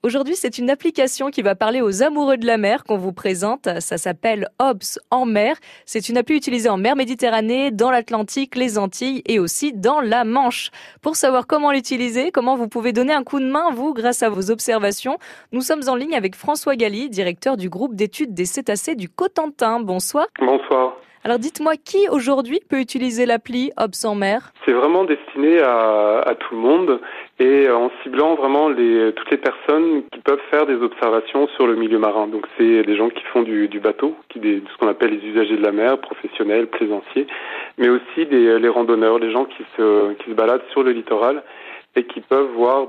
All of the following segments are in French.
Aujourd'hui, c'est une application qui va parler aux amoureux de la mer qu'on vous présente. Ça s'appelle Obs en mer. C'est une appli utilisée en mer Méditerranée, dans l'Atlantique, les Antilles et aussi dans la Manche. Pour savoir comment l'utiliser, comment vous pouvez donner un coup de main, vous, grâce à vos observations, nous sommes en ligne avec François Galli, directeur du groupe d'études des cétacés du Cotentin. Bonsoir. Bonsoir. Alors dites-moi, qui aujourd'hui peut utiliser l'appli Obs en mer ? C'est vraiment destiné à tout le monde et en ciblant vraiment toutes les personnes qui peuvent faire des observations sur le milieu marin. Donc c'est des gens qui font du bateau, ce qu'on appelle les usagers de la mer, professionnels, plaisanciers, mais aussi les randonneurs, les gens qui se baladent sur le littoral et qui peuvent voir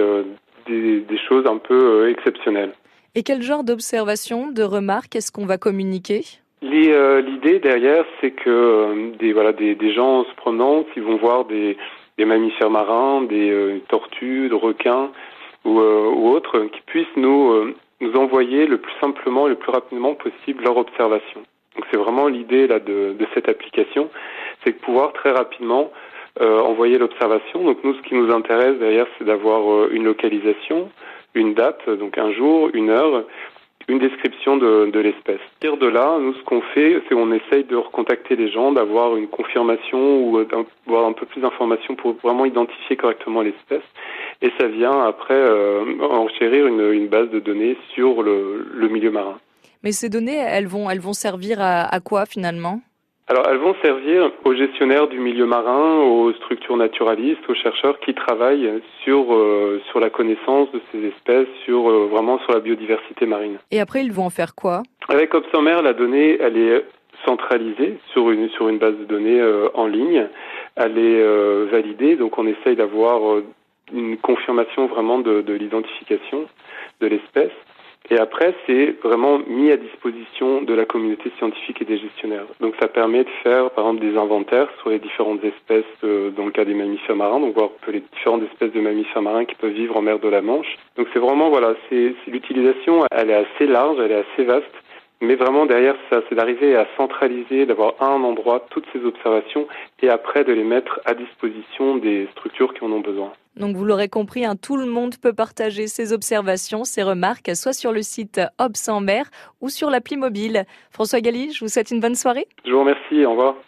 des choses un peu exceptionnelles. Et quel genre d'observation, de remarques est-ce qu'on va communiquer ? L'idée derrière, c'est que des gens se promenant, qui vont voir des mammifères marins, des tortues, des requins ou autres, qui puissent nous envoyer le plus simplement, le plus rapidement possible leur observation. Donc c'est vraiment l'idée là de cette application, c'est de pouvoir très rapidement envoyer l'observation. Donc nous, ce qui nous intéresse derrière, c'est d'avoir une localisation, une date, donc un jour, une heure, une description de l'espèce. À partir de là, nous, ce qu'on fait, c'est qu'on essaye de recontacter les gens, d'avoir une confirmation ou d'avoir un peu plus d'informations pour vraiment identifier correctement l'espèce. Et ça vient après enchérir une base de données sur le milieu marin. Mais ces données, elles vont servir à quoi finalement ? Alors, elles vont servir aux gestionnaires du milieu marin, aux structures naturalistes, aux chercheurs qui travaillent sur la connaissance de ces espèces, vraiment sur la biodiversité marine. Et après, ils vont en faire quoi ? Avec Obs en mer, la donnée, elle est centralisée sur une base de données en ligne. Elle est validée, donc on essaye d'avoir une confirmation vraiment de l'identification de l'espèce. Et après, c'est vraiment mis à disposition de la communauté scientifique et des gestionnaires. Donc ça permet de faire, par exemple, des inventaires sur les différentes espèces, dans le cas des mammifères marins, donc voir un peu les différentes espèces de mammifères marins qui peuvent vivre en mer de la Manche. Donc c'est vraiment, c'est l'utilisation, elle est assez large, elle est assez vaste. Mais vraiment derrière ça, c'est d'arriver à centraliser, d'avoir à un endroit toutes ces observations et après de les mettre à disposition des structures qui en ont besoin. Donc vous l'aurez compris, tout le monde peut partager ses observations, ses remarques, soit sur le site Obs en mer ou sur l'appli mobile. François Galli, je vous souhaite une bonne soirée. Je vous remercie, au revoir.